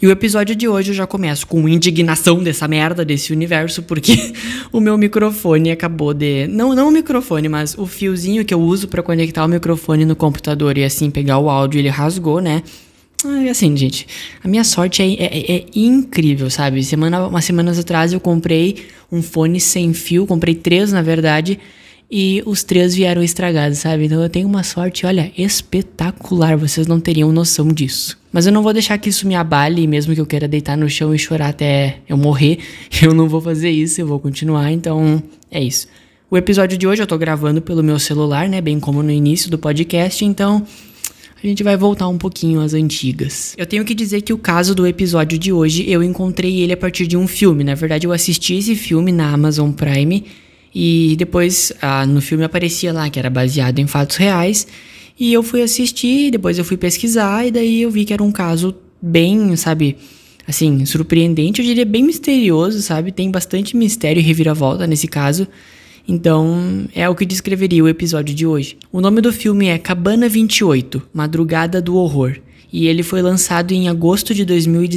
E o episódio de hoje eu já começo com indignação dessa merda, desse universo, porque o meu microfone acabou de... Não o microfone, mas o fiozinho que eu uso pra conectar o microfone no computador e assim pegar o áudio, ele rasgou, né? Assim, gente, a minha sorte é incrível, sabe? Umas semanas atrás eu comprei um fone sem fio, comprei 3 na verdade, e os 3 vieram estragados, sabe? Então eu tenho uma sorte, olha, espetacular, vocês não teriam noção disso. Mas eu não vou deixar que isso me abale, mesmo que eu queira deitar no chão e chorar até eu morrer, eu não vou fazer isso, eu vou continuar, então é isso. O episódio de hoje eu tô gravando pelo meu celular, né, bem como no início do podcast, então... a gente vai voltar um pouquinho às antigas. Eu tenho que dizer que o caso do episódio de hoje, eu encontrei ele a partir de um filme. Na verdade, eu assisti esse filme na Amazon Prime e depois no filme aparecia lá que era baseado em fatos reais. E eu fui assistir, depois eu fui pesquisar e daí eu vi que era um caso bem, sabe, assim, surpreendente. Eu diria bem misterioso, sabe? Tem bastante mistério e reviravolta nesse caso. Então, é o que descreveria o episódio de hoje. O nome do filme é Cabana 28, Madrugada do Horror. E ele foi lançado em agosto de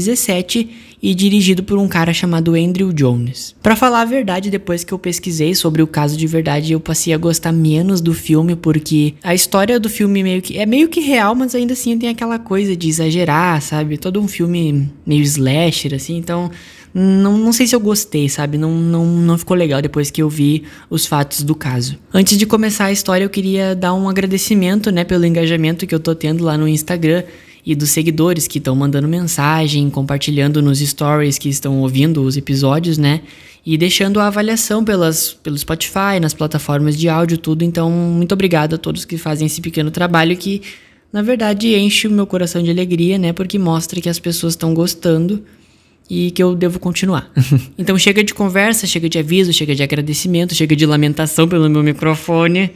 2017 e dirigido por um cara chamado Andrew Jones. Pra falar a verdade, depois que eu pesquisei sobre o caso de verdade, eu passei a gostar menos do filme, porque a história do filme é meio que real, mas ainda assim tem aquela coisa de exagerar, sabe? Todo um filme meio slasher, assim, então... Não sei se eu gostei, sabe? Não ficou legal depois que eu vi os fatos do caso. Antes de começar a história, eu queria dar um agradecimento, né, pelo engajamento que eu tô tendo lá no Instagram e dos seguidores que estão mandando mensagem, compartilhando nos stories que estão ouvindo os episódios, né? E deixando a avaliação pelo Spotify, nas plataformas de áudio, tudo. Então, muito obrigado a todos que fazem esse pequeno trabalho que, na verdade, enche o meu coração de alegria, né? Porque mostra que as pessoas estão gostando e que eu devo continuar. Então chega de conversa, chega de aviso, chega de agradecimento, chega de lamentação pelo meu microfone.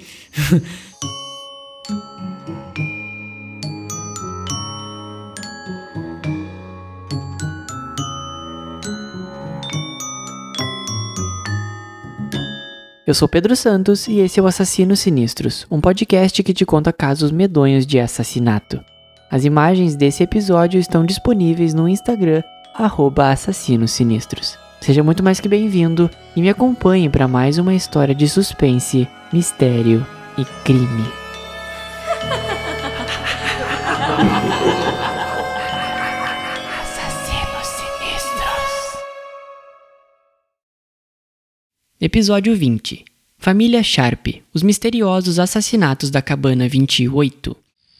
Eu sou Pedro Santos e esse é o Assassinos Sinistros, um podcast que te conta casos medonhos de assassinato. As imagens desse episódio estão disponíveis no Instagram @Assassinos Sinistros. Seja muito mais que bem-vindo e me acompanhe para mais uma história de suspense, mistério e crime. Assassinos Sinistros. Episódio 20. Família Sharp. Os misteriosos assassinatos da Cabana 28.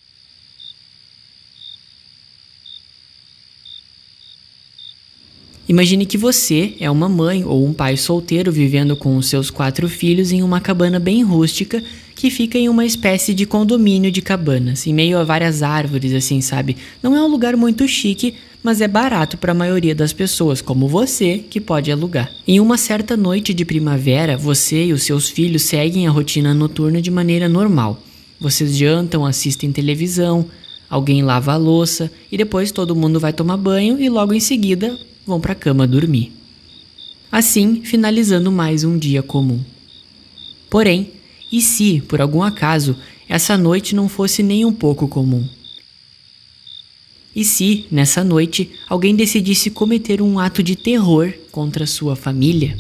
Imagine que você é uma mãe ou um pai solteiro vivendo com os seus 4 filhos em uma cabana bem rústica que fica em uma espécie de condomínio de cabanas, em meio a várias árvores, assim, sabe? Não é um lugar muito chique, mas é barato para a maioria das pessoas, como você, que pode alugar. Em uma certa noite de primavera, você e os seus filhos seguem a rotina noturna de maneira normal. Vocês jantam, assistem televisão, alguém lava a louça e depois todo mundo vai tomar banho e logo em seguida vão pra cama dormir. Assim, finalizando mais um dia comum. Porém, e se, por algum acaso, essa noite não fosse nem um pouco comum? E se, nessa noite, alguém decidisse cometer um ato de terror contra sua família?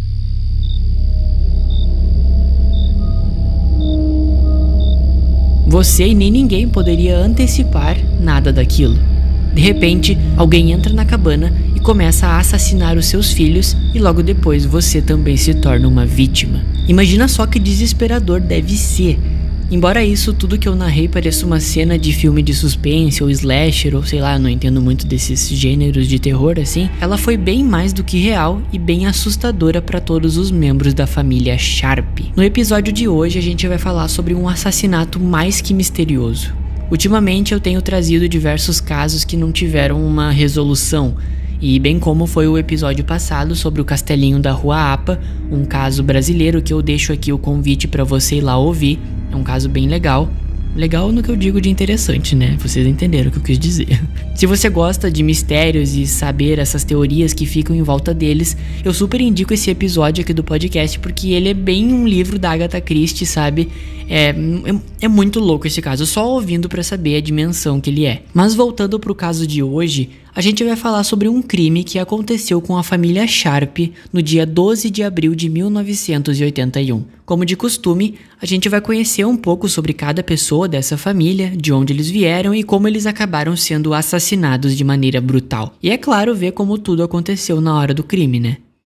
Você e nem ninguém poderia antecipar nada daquilo. De repente, alguém entra na cabana e começa a assassinar os seus filhos e logo depois você também se torna uma vítima. Imagina só que desesperador deve ser. Embora isso tudo que eu narrei pareça uma cena de filme de suspense ou slasher ou sei lá, não entendo muito desses gêneros de terror assim, ela foi bem mais do que real e bem assustadora para todos os membros da família Sharp. No episódio de hoje a gente vai falar sobre um assassinato mais que misterioso. Ultimamente eu tenho trazido diversos casos que não tiveram uma resolução, e bem como foi o episódio passado sobre o Castelinho da Rua Apa, um caso brasileiro que eu deixo aqui o convite para você ir lá ouvir, é um caso bem legal. Legal no que eu digo de interessante, né? Vocês entenderam o que eu quis dizer. Se você gosta de mistérios e saber essas teorias que ficam em volta deles, eu super indico esse episódio aqui do podcast, porque ele é bem um livro da Agatha Christie, sabe? É muito louco esse caso, só ouvindo pra saber a dimensão que ele é. Mas voltando pro caso de hoje, a gente vai falar sobre um crime que aconteceu com a família Sharp no dia 12 de abril de 1981. Como de costume, a gente vai conhecer um pouco sobre cada pessoa dessa família, de onde eles vieram e como eles acabaram sendo assassinados de maneira brutal. E é claro, ver como tudo aconteceu na hora do crime, né?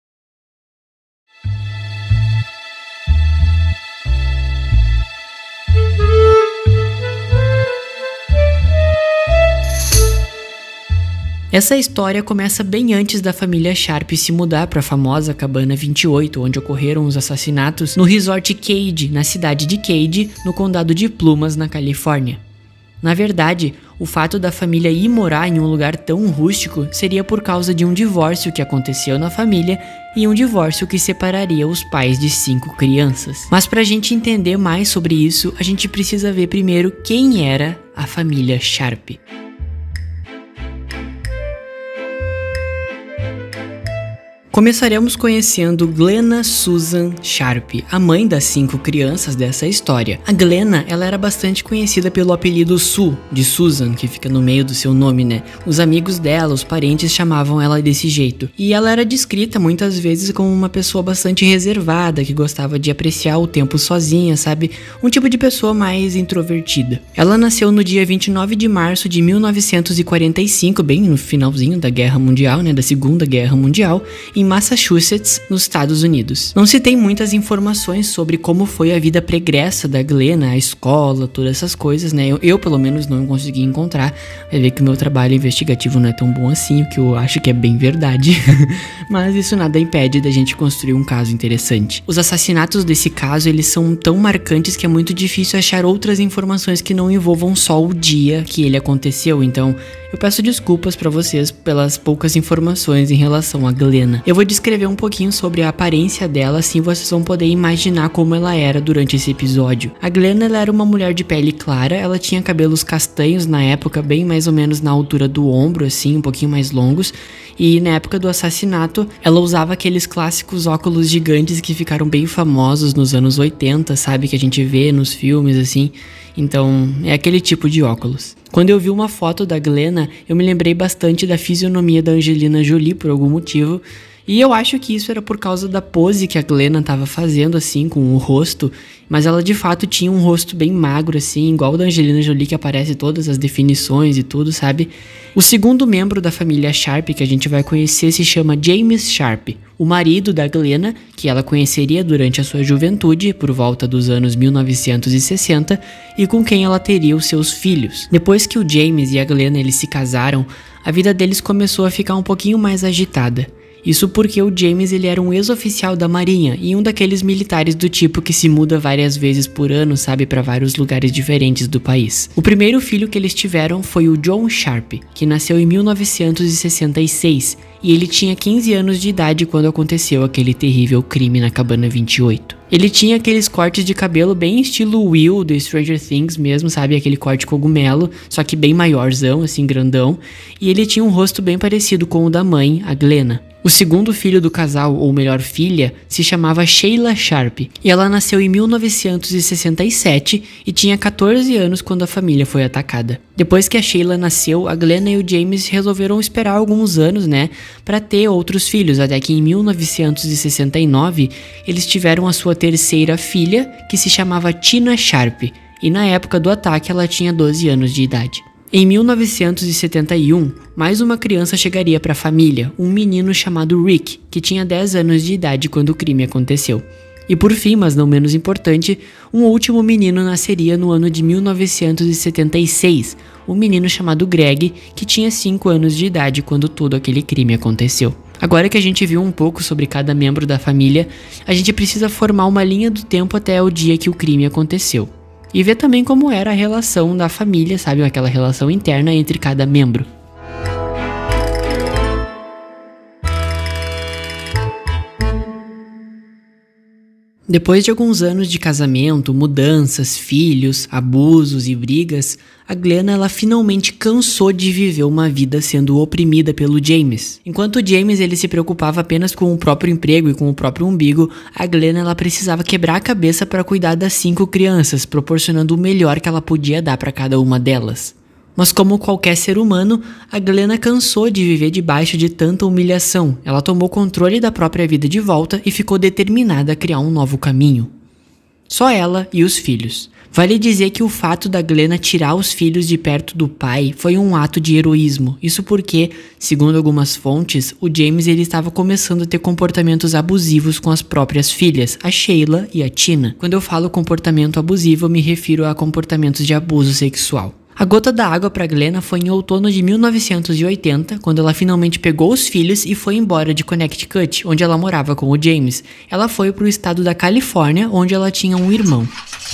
Essa história começa bem antes da família Sharp se mudar para a famosa Cabana 28, onde ocorreram os assassinatos no resort Cade, na cidade de Cade, no condado de Plumas, na Califórnia. Na verdade, o fato da família ir morar em um lugar tão rústico seria por causa de um divórcio que aconteceu na família e um divórcio que separaria os pais de 5 crianças. Mas para a gente entender mais sobre isso, a gente precisa ver primeiro quem era a família Sharp. Começaremos conhecendo Glenna Susan Sharp, a mãe das 5 crianças dessa história. A Glenna, ela era bastante conhecida pelo apelido Sue, de Susan, que fica no meio do seu nome, né? Os amigos dela, os parentes, chamavam ela desse jeito. E ela era descrita muitas vezes como uma pessoa bastante reservada, que gostava de apreciar o tempo sozinha, sabe? Um tipo de pessoa mais introvertida. Ela nasceu no dia 29 de março de 1945, bem no finalzinho da Guerra Mundial, né? Da Segunda Guerra Mundial, em Massachusetts, nos Estados Unidos. Não se tem muitas informações sobre como foi a vida pregressa da Glenna, a escola, todas essas coisas, né? Eu pelo menos não consegui encontrar. Vai ver que o meu trabalho investigativo não é tão bom assim, o que eu acho que é bem verdade. Mas isso nada impede da gente construir um caso interessante. Os assassinatos desse caso, eles são tão marcantes que é muito difícil achar outras informações que não envolvam só o dia que ele aconteceu. Então, eu peço desculpas pra vocês pelas poucas informações em relação a Glenna. Eu vou descrever um pouquinho sobre a aparência dela, assim vocês vão poder imaginar como ela era durante esse episódio. A Glenna, ela era uma mulher de pele clara, ela tinha cabelos castanhos na época, bem mais ou menos na altura do ombro, assim, um pouquinho mais longos. E na época do assassinato, ela usava aqueles clássicos óculos gigantes que ficaram bem famosos nos anos 80, sabe? Que a gente vê nos filmes, assim. Então, é aquele tipo de óculos. Quando eu vi uma foto da Glenna, eu me lembrei bastante da fisionomia da Angelina Jolie, por algum motivo. E eu acho que isso era por causa da pose que a Glenna tava fazendo, assim, com o rosto. Mas ela, de fato, tinha um rosto bem magro, assim, igual o da Angelina Jolie, que aparece todas as definições e tudo, sabe? O segundo membro da família Sharp que a gente vai conhecer se chama James Sharp, o marido da Glenna, que ela conheceria durante a sua juventude, por volta dos anos 1960, e com quem ela teria os seus filhos. Depois que o James e a Glenna eles se casaram, a vida deles começou a ficar um pouquinho mais agitada. Isso porque o James ele era um ex-oficial da Marinha e um daqueles militares do tipo que se muda várias vezes por ano, sabe, para vários lugares diferentes do país. O primeiro filho que eles tiveram foi o John Sharp, que nasceu em 1966, e ele tinha 15 anos de idade quando aconteceu aquele terrível crime na Cabana 28. Ele tinha aqueles cortes de cabelo bem estilo Will do Stranger Things mesmo, sabe? Aquele corte cogumelo, só que bem maiorzão, assim, grandão. E ele tinha um rosto bem parecido com o da mãe, a Glenna. O segundo filho do casal, ou melhor filha, se chamava Sheila Sharp. E ela nasceu em 1967 e tinha 14 anos quando a família foi atacada. Depois que a Sheila nasceu, a Glenna e o James resolveram esperar alguns anos, né, para ter outros filhos, até que em 1969 eles tiveram a sua terceira filha, que se chamava Tina Sharp, e na época do ataque ela tinha 12 anos de idade. Em 1971, mais uma criança chegaria para a família, um menino chamado Rick, que tinha 10 anos de idade quando o crime aconteceu. E por fim, mas não menos importante, um último menino nasceria no ano de 1976, um menino chamado Greg, que tinha 5 anos de idade quando todo aquele crime aconteceu. Agora que a gente viu um pouco sobre cada membro da família, a gente precisa formar uma linha do tempo até o dia que o crime aconteceu. E ver também como era a relação da família, sabe? Aquela relação interna entre cada membro. Depois de alguns anos de casamento, mudanças, filhos, abusos e brigas, a Glenna ela finalmente cansou de viver uma vida sendo oprimida pelo James. Enquanto o James ele se preocupava apenas com o próprio emprego e com o próprio umbigo, a Glenna ela precisava quebrar a cabeça para cuidar das 5 crianças, proporcionando o melhor que ela podia dar para cada uma delas. Mas como qualquer ser humano, a Glenna cansou de viver debaixo de tanta humilhação. Ela tomou controle da própria vida de volta e ficou determinada a criar um novo caminho. Só ela e os filhos. Vale dizer que o fato da Glenna tirar os filhos de perto do pai foi um ato de heroísmo. Isso porque, segundo algumas fontes, o James ele estava começando a ter comportamentos abusivos com as próprias filhas, a Sheila e a Tina. Quando eu falo comportamento abusivo, eu me refiro a comportamentos de abuso sexual. A gota d'água para Glenna foi em outono de 1980, quando ela finalmente pegou os filhos e foi embora de Connecticut, onde ela morava com o James. Ela foi para o estado da Califórnia, onde ela tinha um irmão.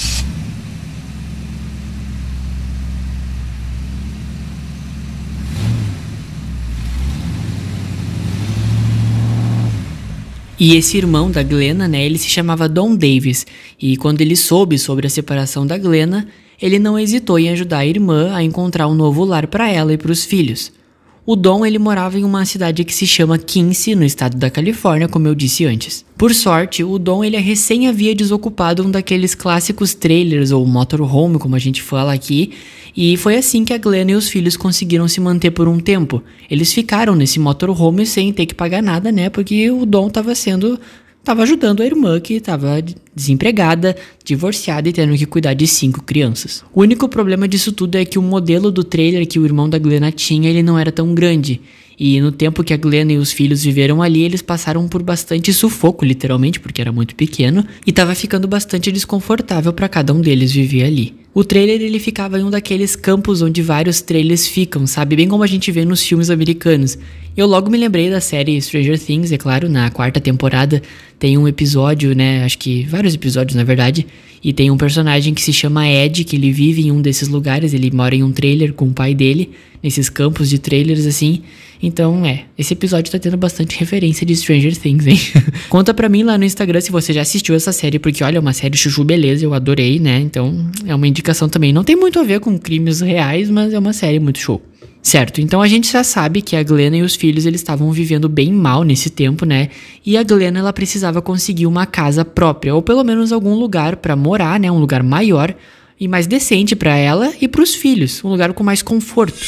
E esse irmão da Glenna, né, ele se chamava Don Davis, e quando ele soube sobre a separação da Glenna, ele não hesitou em ajudar a irmã a encontrar um novo lar para ela e para os filhos. O Don ele morava em uma cidade que se chama Quincy, no estado da Califórnia, como eu disse antes. Por sorte, o Don ele recém havia desocupado um daqueles clássicos trailers ou motorhome, como a gente fala aqui, e foi assim que a Glenna e os filhos conseguiram se manter por um tempo. Eles ficaram nesse motorhome sem ter que pagar nada, né, porque o Don estava ajudando a irmã que estava desempregada, divorciada e tendo que cuidar de 5 crianças. O único problema disso tudo é que o modelo do trailer que o irmão da Glenna tinha, ele não era tão grande. E no tempo que a Glenna e os filhos viveram ali, eles passaram por bastante sufoco, literalmente, porque era muito pequeno, e estava ficando bastante desconfortável para cada um deles viver ali. O trailer ele ficava em um daqueles campos onde vários trailers ficam, sabe? Bem como a gente vê nos filmes americanos. Eu logo me lembrei da série Stranger Things, é claro, na 4ª temporada tem um episódio, né? Acho que vários episódios, na verdade. E tem um personagem que se chama Ed, que ele vive em um desses lugares, ele mora em um trailer com o pai dele, nesses campos de trailers assim. Então, esse episódio tá tendo bastante referência de Stranger Things, hein? Conta pra mim lá no Instagram se você já assistiu essa série, porque olha, é uma série chuchu beleza, eu adorei, né? Então, é uma indicação também. Não tem muito a ver com crimes reais, mas é uma série muito show. Certo, então a gente já sabe que a Glenna e os filhos eles estavam vivendo bem mal nesse tempo, né? E a Glenna ela precisava conseguir uma casa própria, ou pelo menos algum lugar pra morar, né? Um lugar maior e mais decente pra ela e pros filhos, um lugar com mais conforto.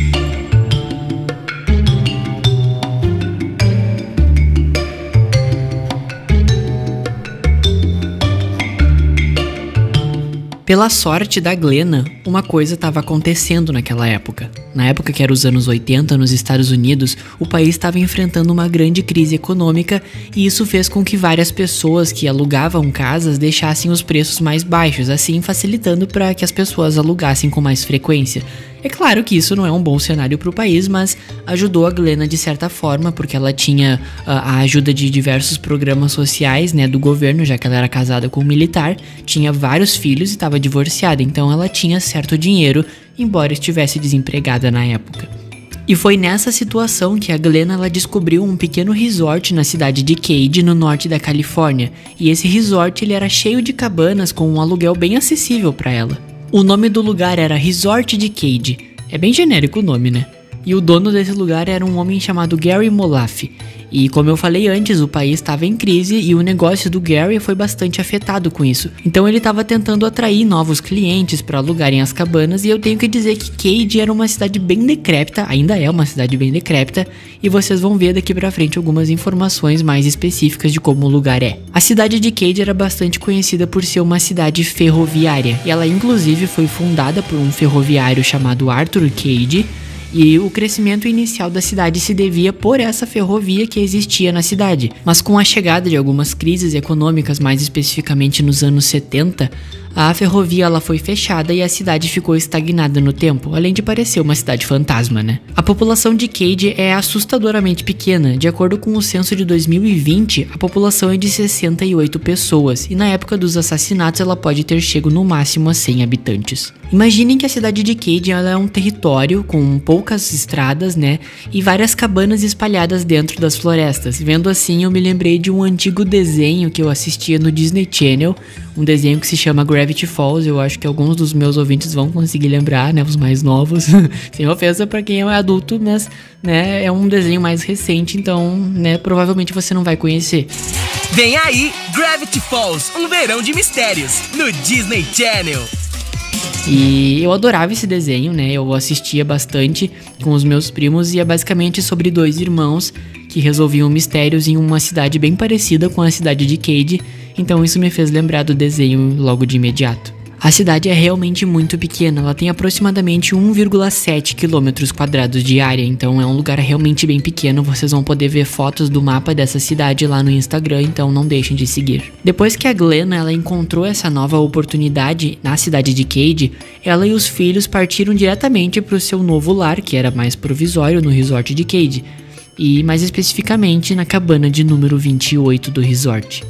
Pela sorte da Glenna, uma coisa estava acontecendo naquela época. Na época que era os anos 80, nos Estados Unidos, o país estava enfrentando uma grande crise econômica e isso fez com que várias pessoas que alugavam casas deixassem os preços mais baixos, assim facilitando para que as pessoas alugassem com mais frequência. É claro que isso não é um bom cenário para o país, mas ajudou a Glenna de certa forma, porque ela tinha a ajuda de diversos programas sociais, né, do governo, já que ela era casada com um militar, tinha vários filhos e estava divorciada, então ela tinha certo dinheiro, embora estivesse desempregada na época. E foi nessa situação que a Glenna ela descobriu um pequeno resort na cidade de Cade, no norte da Califórnia, e esse resort ele era cheio de cabanas com um aluguel bem acessível para ela. O nome do lugar era Resort de Cade. É bem genérico o nome, né? E o dono desse lugar era um homem chamado Gary Molaffe. E como eu falei antes, o país estava em crise e o negócio do Gary foi bastante afetado com isso. Então ele estava tentando atrair novos clientes para alugarem as cabanas e eu tenho que dizer que Cade era uma cidade bem decrépita, ainda é uma cidade bem decrépita, e vocês vão ver daqui pra frente algumas informações mais específicas de como o lugar é. A cidade de Cade era bastante conhecida por ser uma cidade ferroviária, e ela inclusive foi fundada por um ferroviário chamado Arthur Cade, e o crescimento inicial da cidade se devia por essa ferrovia que existia na cidade. Mas com a chegada de algumas crises econômicas, mais especificamente nos anos 70, a ferrovia ela foi fechada e a cidade ficou estagnada no tempo, além de parecer uma cidade fantasma, né? A população de Cade é assustadoramente pequena. De acordo com o censo de 2020, a população é de 68 pessoas, e na época dos assassinatos ela pode ter chego no máximo a 100 habitantes. Imaginem que a cidade de Cade ela é um território com poucas estradas, né, e várias cabanas espalhadas dentro das florestas. Vendo assim, eu me lembrei de um antigo desenho que eu assistia no Disney Channel, um desenho que se chama Gravity Falls. Eu acho que alguns dos meus ouvintes vão conseguir lembrar, né, os mais novos. Sem ofensa pra quem é adulto, mas, né, é um desenho mais recente, então, né, provavelmente você não vai conhecer. Vem aí, Gravity Falls, um verão de mistérios, no Disney Channel. E eu adorava esse desenho, né? Eu assistia bastante com os meus primos e é basicamente sobre dois irmãos que resolviam mistérios em uma cidade bem parecida com a cidade de Cade, então isso me fez lembrar do desenho logo de imediato. A cidade é realmente muito pequena, ela tem aproximadamente 1,7 km² de área, então é um lugar realmente bem pequeno. Vocês vão poder ver fotos do mapa dessa cidade lá no Instagram, então não deixem de seguir. Depois que a Glenna ela encontrou essa nova oportunidade na cidade de Cade, ela e os filhos partiram diretamente para o seu novo lar, que era mais provisório no resort de Cade, e mais especificamente na cabana de número 28 do resort.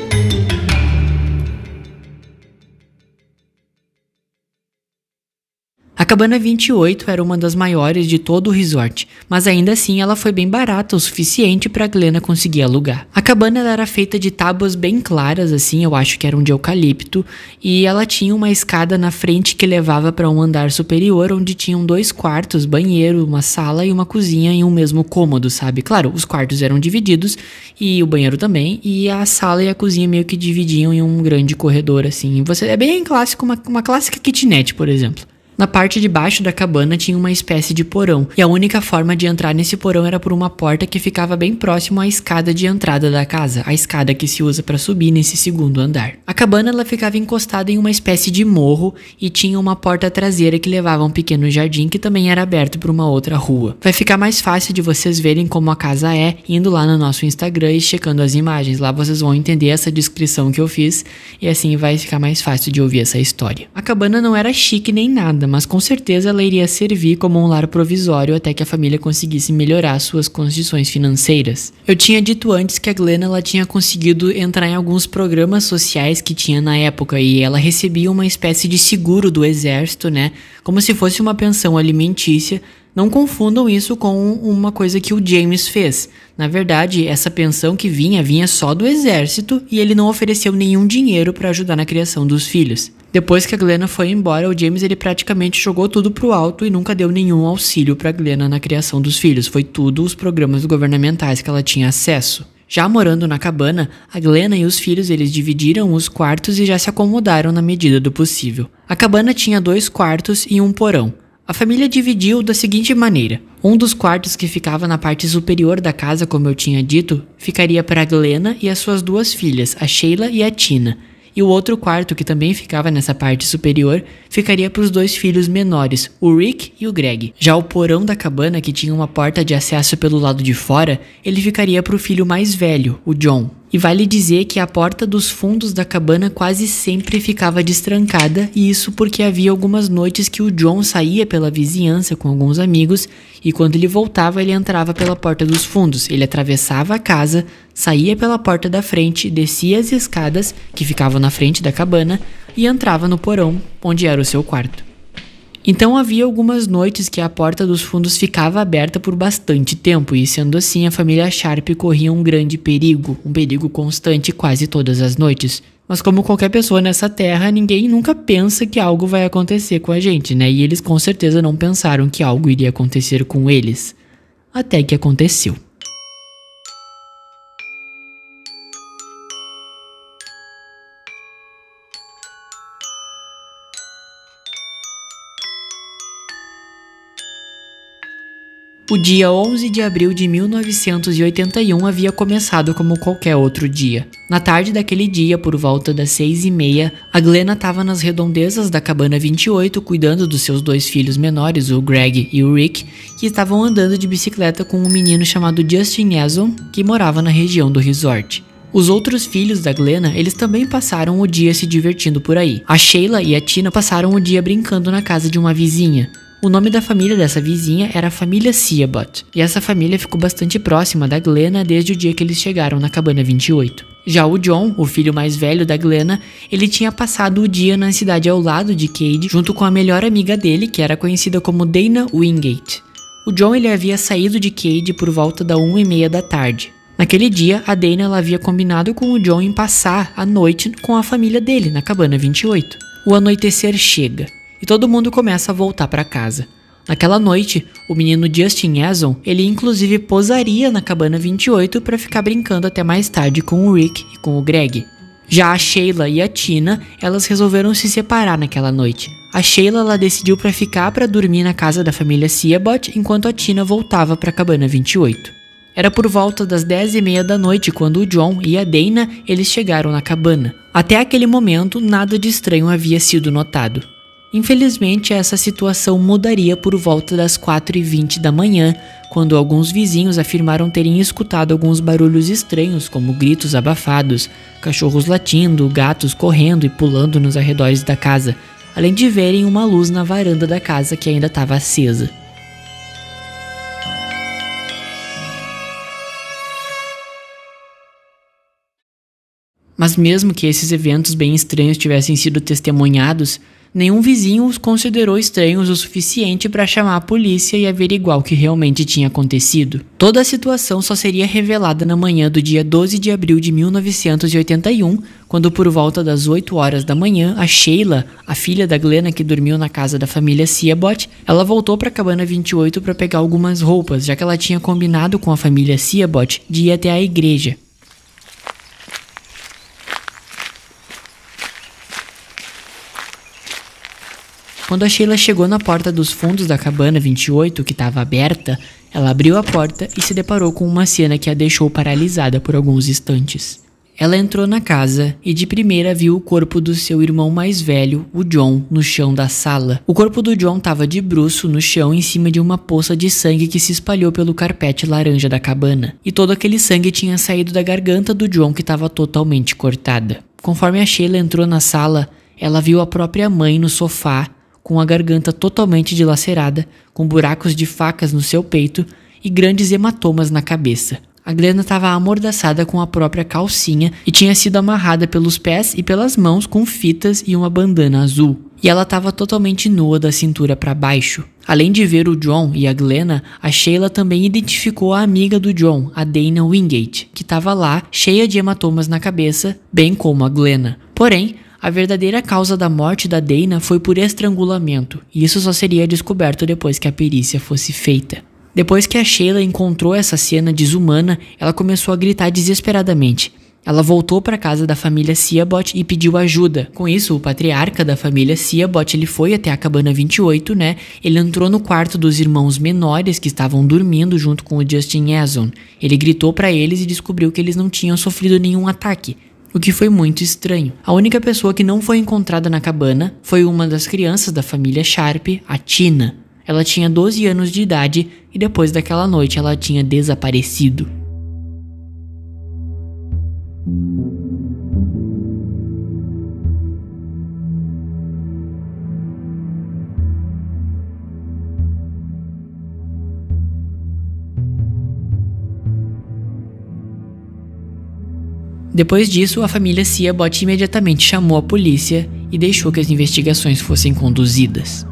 A cabana 28 era uma das maiores de todo o resort, mas ainda assim ela foi bem barata o suficiente para Glenna conseguir alugar. A cabana ela era feita de tábuas bem claras, assim, eu acho que eram de eucalipto, e ela tinha uma escada na frente que levava para um andar superior, onde tinham 2 quartos, banheiro, uma sala e uma cozinha em um mesmo cômodo, sabe? Claro, os quartos eram divididos e o banheiro também, e a sala e a cozinha meio que dividiam em um grande corredor, assim. É bem clássico, uma clássica kitnet, por exemplo. Na parte de baixo da cabana tinha uma espécie de porão, e a única forma de entrar nesse porão era por uma porta que ficava bem próximo à escada de entrada da casa, a escada que se usa para subir nesse segundo andar. A cabana ela ficava encostada em uma espécie de morro e tinha uma porta traseira que levava a um pequeno jardim que também era aberto para uma outra rua. Vai ficar mais fácil de vocês verem como a casa é indo lá no nosso Instagram e checando as imagens. Lá vocês vão entender essa descrição que eu fiz e assim vai ficar mais fácil de ouvir essa história. A cabana não era chique nem nada, mas com certeza ela iria servir como um lar provisório até que a família conseguisse melhorar suas condições financeiras. Eu tinha dito antes que a Glenna ela tinha conseguido entrar em alguns programas sociais que tinha na época e ela recebia uma espécie de seguro do exército, né? Como se fosse uma pensão alimentícia. Não confundam isso com uma coisa que o James fez. Na verdade, essa pensão que vinha só do exército e ele não ofereceu nenhum dinheiro para ajudar na criação dos filhos. Depois que a Glenna foi embora, o James ele praticamente jogou tudo pro alto e nunca deu nenhum auxílio pra Glenna na criação dos filhos. Foi tudo os programas governamentais que ela tinha acesso. Já morando na cabana, a Glenna e os filhos eles dividiram os quartos e já se acomodaram na medida do possível. A cabana tinha 2 quartos e um porão. A família dividiu da seguinte maneira: um dos quartos que ficava na parte superior da casa, como eu tinha dito, ficaria para a Glenna e as suas 2 filhas, a Sheila e a Tina. E o outro quarto, que também ficava nessa parte superior, ficaria para os 2 filhos menores, o Rick e o Greg. Já o porão da cabana, que tinha uma porta de acesso pelo lado de fora, ele ficaria para o filho mais velho, o John. E vale dizer que a porta dos fundos da cabana quase sempre ficava destrancada, e isso porque havia algumas noites que o John saía pela vizinhança com alguns amigos, e quando ele voltava ele entrava pela porta dos fundos. Ele atravessava a casa, saía pela porta da frente, descia as escadas que ficavam na frente da cabana e entrava no porão, onde era o seu quarto. Então havia algumas noites que a porta dos fundos ficava aberta por bastante tempo, e sendo assim a família Sharp corria um grande perigo, um perigo constante quase todas as noites. Mas como qualquer pessoa nessa terra, ninguém nunca pensa que algo vai acontecer com a gente, né? E eles com certeza não pensaram que algo iria acontecer com eles. Até que aconteceu. O dia 11 de abril de 1981 havia começado como qualquer outro dia. Na tarde daquele dia, por volta das 6h30, a Glenna estava nas redondezas da cabana 28 cuidando dos seus 2 filhos menores, o Greg e o Rick, que estavam andando de bicicleta com um menino chamado Justin Yason, que morava na região do resort. Os outros filhos da Glenna, eles também passaram o dia se divertindo por aí. A Sheila e a Tina passaram o dia brincando na casa de uma vizinha. O nome da família dessa vizinha era a família Seabot, e essa família ficou bastante próxima da Glenna desde o dia que eles chegaram na cabana 28. Já o John, o filho mais velho da Glenna, ele tinha passado o dia na cidade ao lado de Cade, junto com a melhor amiga dele, que era conhecida como Dana Wingate. O John ele havia saído de Cade por volta da 1h30 da tarde. Naquele dia, a Dana ela havia combinado com o John em passar a noite com a família dele na cabana 28. O anoitecer chega e todo mundo começa a voltar para casa. Naquela noite, o menino Justin Yason, ele inclusive posaria na cabana 28 para ficar brincando até mais tarde com o Rick e com o Greg. Já a Sheila e a Tina, elas resolveram se separar naquela noite. A Sheila ela decidiu para ficar para dormir na casa da família Siebert, enquanto a Tina voltava para a cabana 28. Era por volta das 10h30 da noite quando o John e a Dana eles chegaram na cabana. Até aquele momento, nada de estranho havia sido notado. Infelizmente, essa situação mudaria por volta das 4h20 da manhã, quando alguns vizinhos afirmaram terem escutado alguns barulhos estranhos, como gritos abafados, cachorros latindo, gatos correndo e pulando nos arredores da casa, além de verem uma luz na varanda da casa que ainda estava acesa. Mas mesmo que esses eventos bem estranhos tivessem sido testemunhados, nenhum vizinho os considerou estranhos o suficiente para chamar a polícia e averiguar o que realmente tinha acontecido. Toda a situação só seria revelada na manhã do dia 12 de abril de 1981, quando por volta das 8 horas da manhã, a Sheila, a filha da Glenna que dormiu na casa da família Siebert, ela voltou para a cabana 28 para pegar algumas roupas, já que ela tinha combinado com a família Siebert de ir até a igreja. Quando a Sheila chegou na porta dos fundos da cabana 28, que estava aberta, ela abriu a porta e se deparou com uma cena que a deixou paralisada por alguns instantes. Ela entrou na casa e de primeira viu o corpo do seu irmão mais velho, o John, no chão da sala. O corpo do John estava de bruço no chão em cima de uma poça de sangue que se espalhou pelo carpete laranja da cabana. E todo aquele sangue tinha saído da garganta do John, que estava totalmente cortada. Conforme a Sheila entrou na sala, ela viu a própria mãe no sofá, com a garganta totalmente dilacerada, com buracos de facas no seu peito e grandes hematomas na cabeça. A Glenna estava amordaçada com a própria calcinha e tinha sido amarrada pelos pés e pelas mãos com fitas e uma bandana azul. E ela estava totalmente nua da cintura para baixo. Além de ver o John e a Glenna, a Sheila também identificou a amiga do John, a Dana Wingate, que estava lá, cheia de hematomas na cabeça, bem como a Glenna. Porém, a verdadeira causa da morte da Dana foi por estrangulamento, e isso só seria descoberto depois que a perícia fosse feita. Depois que a Sheila encontrou essa cena desumana, ela começou a gritar desesperadamente. Ela voltou para a casa da família Siebert e pediu ajuda. Com isso, o patriarca da família Siebert, ele foi até a cabana 28, Ele entrou no quarto dos irmãos menores que estavam dormindo junto com o Justin Eason. Ele gritou para eles e descobriu que eles não tinham sofrido nenhum ataque, o que foi muito estranho. A única pessoa que não foi encontrada na cabana foi uma das crianças da família Sharp, a Tina. Ela tinha 12 anos de idade e depois daquela noite ela tinha desaparecido. Depois disso, a família Siebert imediatamente chamou a polícia e deixou que as investigações fossem conduzidas.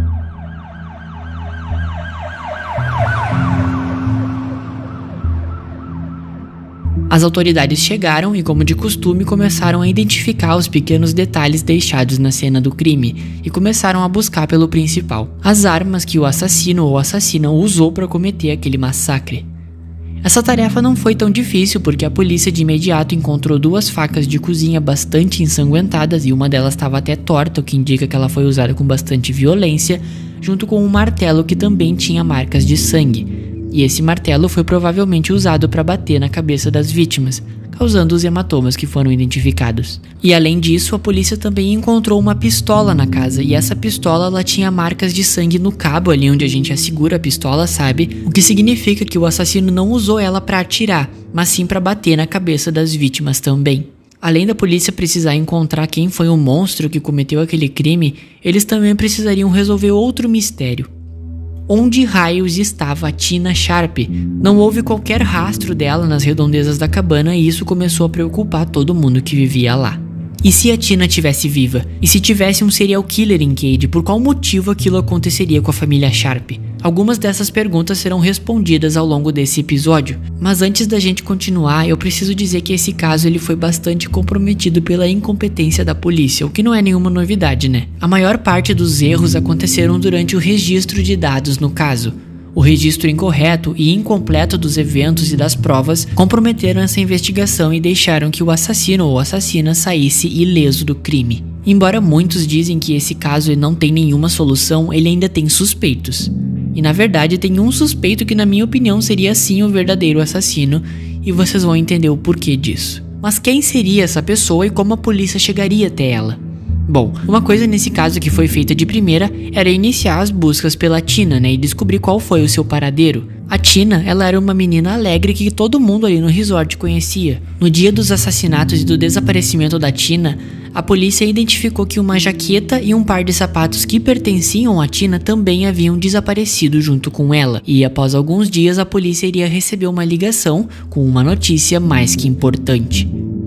As autoridades chegaram e, como de costume, começaram a identificar os pequenos detalhes deixados na cena do crime e começaram a buscar pelo principal, as armas que o assassino ou assassina usou para cometer aquele massacre. Essa tarefa não foi tão difícil porque a polícia de imediato encontrou 2 facas de cozinha bastante ensanguentadas e uma delas estava até torta, o que indica que ela foi usada com bastante violência, junto com um martelo que também tinha marcas de sangue. E esse martelo foi provavelmente usado para bater na cabeça das vítimas, causando os hematomas que foram identificados. E além disso, a polícia também encontrou uma pistola na casa, e essa pistola ela tinha marcas de sangue no cabo ali onde a gente assegura a pistola, sabe? O que significa que o assassino não usou ela para atirar, mas sim para bater na cabeça das vítimas também. Além da polícia precisar encontrar quem foi o monstro que cometeu aquele crime, eles também precisariam resolver outro mistério. Onde raios estava a Tina Sharp? Não houve qualquer rastro dela nas redondezas da cabana e isso começou a preocupar todo mundo que vivia lá. E se a Tina estivesse viva? E se tivesse um serial killer em Cade, por qual motivo aquilo aconteceria com a família Sharp? Algumas dessas perguntas serão respondidas ao longo desse episódio, mas antes da gente continuar, eu preciso dizer que esse caso ele foi bastante comprometido pela incompetência da polícia, o que não é nenhuma novidade, A maior parte dos erros aconteceram durante o registro de dados no caso. O registro incorreto e incompleto dos eventos e das provas comprometeram essa investigação e deixaram que o assassino ou assassina saísse ileso do crime. Embora muitos dizem que esse caso não tem nenhuma solução, ele ainda tem suspeitos. E na verdade tem um suspeito que na minha opinião seria sim o verdadeiro assassino, e vocês vão entender o porquê disso. Mas quem seria essa pessoa e como a polícia chegaria até ela? Bom, uma coisa nesse caso que foi feita de primeira era iniciar as buscas pela Tina, e descobrir qual foi o seu paradeiro. A Tina, ela era uma menina alegre que todo mundo ali no resort conhecia. No dia dos assassinatos e do desaparecimento da Tina, a polícia identificou que uma jaqueta e um par de sapatos que pertenciam à Tina também haviam desaparecido junto com ela. E após alguns dias, a polícia iria receber uma ligação com uma notícia mais que importante.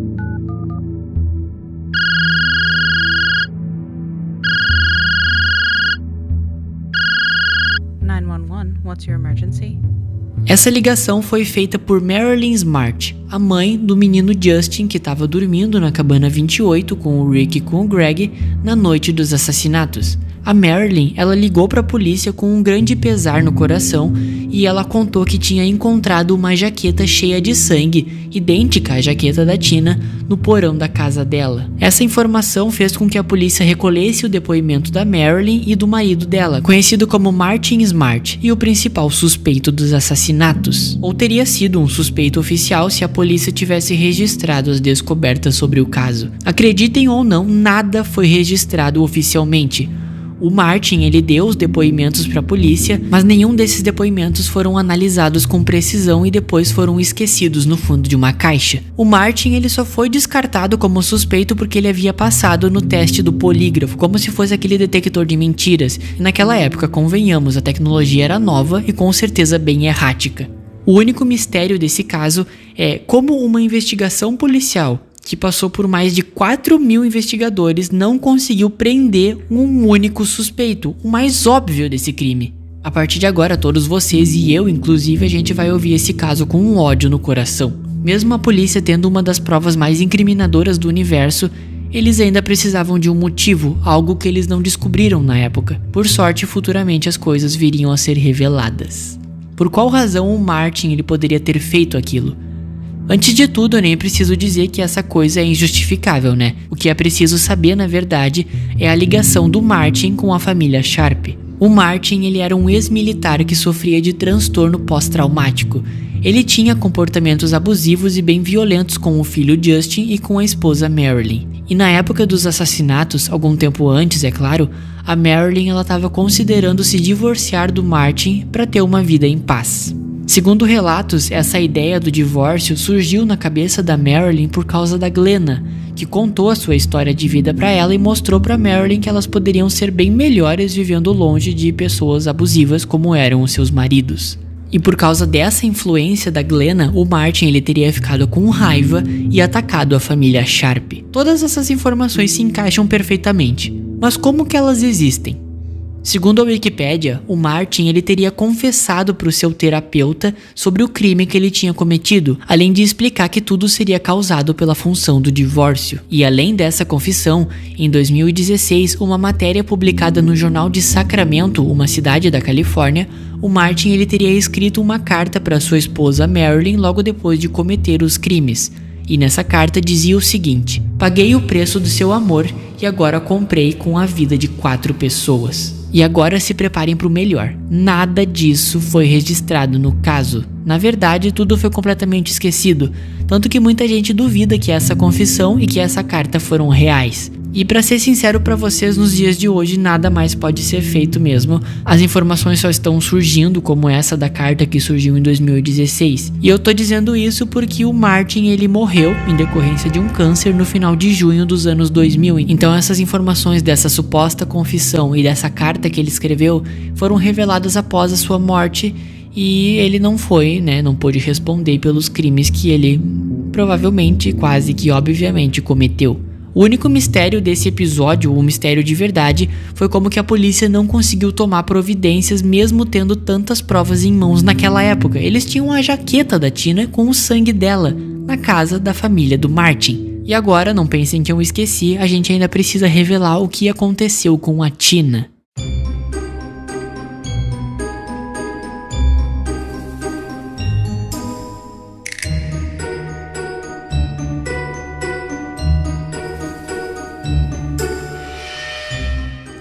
What's your emergency? Essa ligação foi feita por Marilyn Smart, a mãe do menino Justin que estava dormindo na cabana 28 com o Rick e com o Greg na noite dos assassinatos. A Marilyn, ela ligou para a polícia com um grande pesar no coração e ela contou que tinha encontrado uma jaqueta cheia de sangue, idêntica à jaqueta da Tina, no porão da casa dela. Essa informação fez com que a polícia recolhesse o depoimento da Marilyn e do marido dela, conhecido como Martin Smart, e o principal suspeito dos assassinatos. Ou teria sido um suspeito oficial se a polícia tivesse registrado as descobertas sobre o caso. Acreditem ou não, nada foi registrado oficialmente. O Martin, ele deu os depoimentos para a polícia, mas nenhum desses depoimentos foram analisados com precisão e depois foram esquecidos no fundo de uma caixa. O Martin, ele só foi descartado como suspeito porque ele havia passado no teste do polígrafo, como se fosse aquele detector de mentiras. E naquela época, convenhamos, a tecnologia era nova e com certeza bem errática. O único mistério desse caso é como uma investigação policial que passou por mais de 4.000 investigadores não conseguiu prender um único suspeito, o mais óbvio desse crime. A partir de agora, todos vocês e eu, inclusive, a gente vai ouvir esse caso com um ódio no coração. Mesmo a polícia tendo uma das provas mais incriminadoras do universo, eles ainda precisavam de um motivo, algo que eles não descobriram na época. Por sorte, futuramente as coisas viriam a ser reveladas. Por qual razão o Martin ele poderia ter feito aquilo? Antes de tudo, eu nem preciso dizer que essa coisa é injustificável, né? O que é preciso saber, na verdade, é a ligação do Martin com a família Sharp. O Martin, ele era um ex-militar que sofria de transtorno pós-traumático. Ele tinha comportamentos abusivos e bem violentos com o filho Justin e com a esposa Marilyn. E na época dos assassinatos, algum tempo antes, é claro, a Marilyn estava considerando se divorciar do Martin para ter uma vida em paz. Segundo relatos, essa ideia do divórcio surgiu na cabeça da Marilyn por causa da Glenna, que contou a sua história de vida para ela e mostrou para Marilyn que elas poderiam ser bem melhores vivendo longe de pessoas abusivas como eram os seus maridos. E por causa dessa influência da Glenna, o Martin ele teria ficado com raiva e atacado a família Sharp. Todas essas informações se encaixam perfeitamente, mas como que elas existem? Segundo a Wikipédia, o Martin ele teria confessado para o seu terapeuta sobre o crime que ele tinha cometido, além de explicar que tudo seria causado pela função do divórcio. E além dessa confissão, em 2016, uma matéria publicada no jornal de Sacramento, uma cidade da Califórnia, o Martin ele teria escrito uma carta para sua esposa Marilyn logo depois de cometer os crimes. E nessa carta dizia o seguinte: paguei o preço do seu amor e agora comprei com a vida de 4 pessoas. E agora se preparem para o melhor. Nada disso foi registrado no caso. Na verdade, tudo foi completamente esquecido, tanto que muita gente duvida que essa confissão e que essa carta foram reais. E pra ser sincero pra vocês, nos dias de hoje nada mais pode ser feito mesmo. As informações só estão surgindo, como essa da carta que surgiu em 2016. E eu tô dizendo isso porque o Martin ele morreu em decorrência de um câncer no final de junho dos anos 2000. Então essas informações dessa suposta confissão e dessa carta que ele escreveu foram reveladas após a sua morte. E ele não pôde responder pelos crimes que ele provavelmente, quase que obviamente cometeu. O único mistério desse episódio, o mistério de verdade, foi como que a polícia não conseguiu tomar providências mesmo tendo tantas provas em mãos naquela época. Eles tinham a jaqueta da Tina com o sangue dela, na casa da família do Martin. E agora, não pensem que eu esqueci, a gente ainda precisa revelar o que aconteceu com a Tina.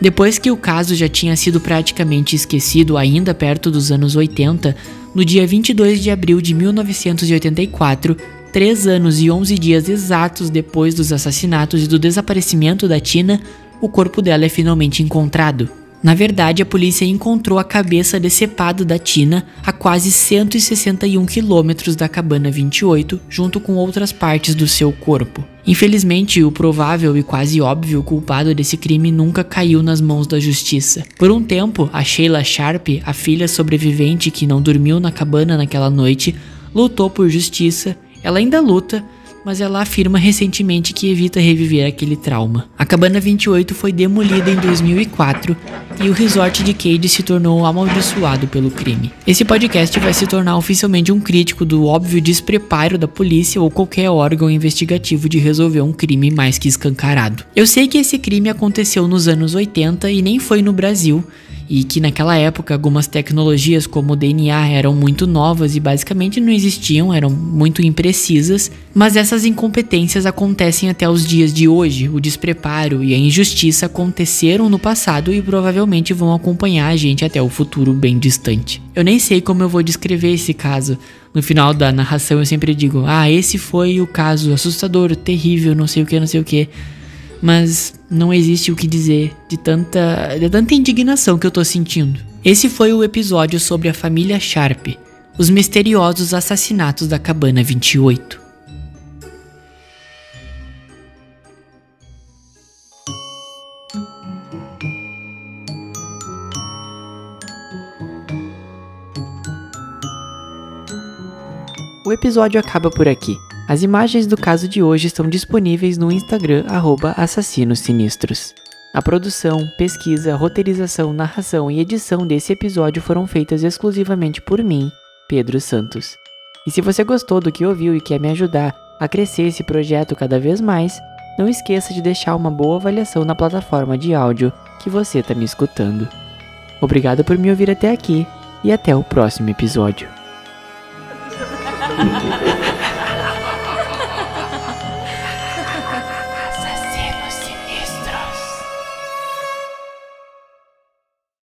Depois que o caso já tinha sido praticamente esquecido ainda perto dos anos 80, no dia 22 de abril de 1984, 3 anos e 11 dias exatos depois dos assassinatos e do desaparecimento da Tina, o corpo dela é finalmente encontrado. Na verdade, a polícia encontrou a cabeça decepada da Tina a quase 161 quilômetros da cabana 28, junto com outras partes do seu corpo. Infelizmente, o provável e quase óbvio culpado desse crime nunca caiu nas mãos da justiça. Por um tempo, a Sheila Sharp, a filha sobrevivente que não dormiu na cabana naquela noite, lutou por justiça. Ela ainda luta, mas ela afirma recentemente que evita reviver aquele trauma. A cabana 28 foi demolida em 2004 e o resort de Cade se tornou amaldiçoado pelo crime. Esse podcast vai se tornar oficialmente um crítico do óbvio despreparo da polícia ou qualquer órgão investigativo de resolver um crime mais que escancarado. Eu sei que esse crime aconteceu nos anos 80 e nem foi no Brasil, e que naquela época algumas tecnologias como o DNA eram muito novas e basicamente não existiam, eram muito imprecisas, mas essas incompetências acontecem até os dias de hoje. O despreparo e a injustiça aconteceram no passado e provavelmente vão acompanhar a gente até o futuro bem distante. Eu nem sei como eu vou descrever esse caso. No final da narração eu sempre digo, esse foi o caso assustador, terrível, não sei o que. Mas não existe o que dizer de tanta indignação que eu tô sentindo. Esse foi o episódio sobre a família Sharp, os misteriosos assassinatos da cabana 28. O episódio acaba por aqui. As imagens do caso de hoje estão disponíveis no Instagram @assassinossinistros. A produção, pesquisa, roteirização, narração e edição desse episódio foram feitas exclusivamente por mim, Pedro Santos. E se você gostou do que ouviu e quer me ajudar a crescer esse projeto cada vez mais, não esqueça de deixar uma boa avaliação na plataforma de áudio que você está me escutando. Obrigado por me ouvir até aqui e até o próximo episódio.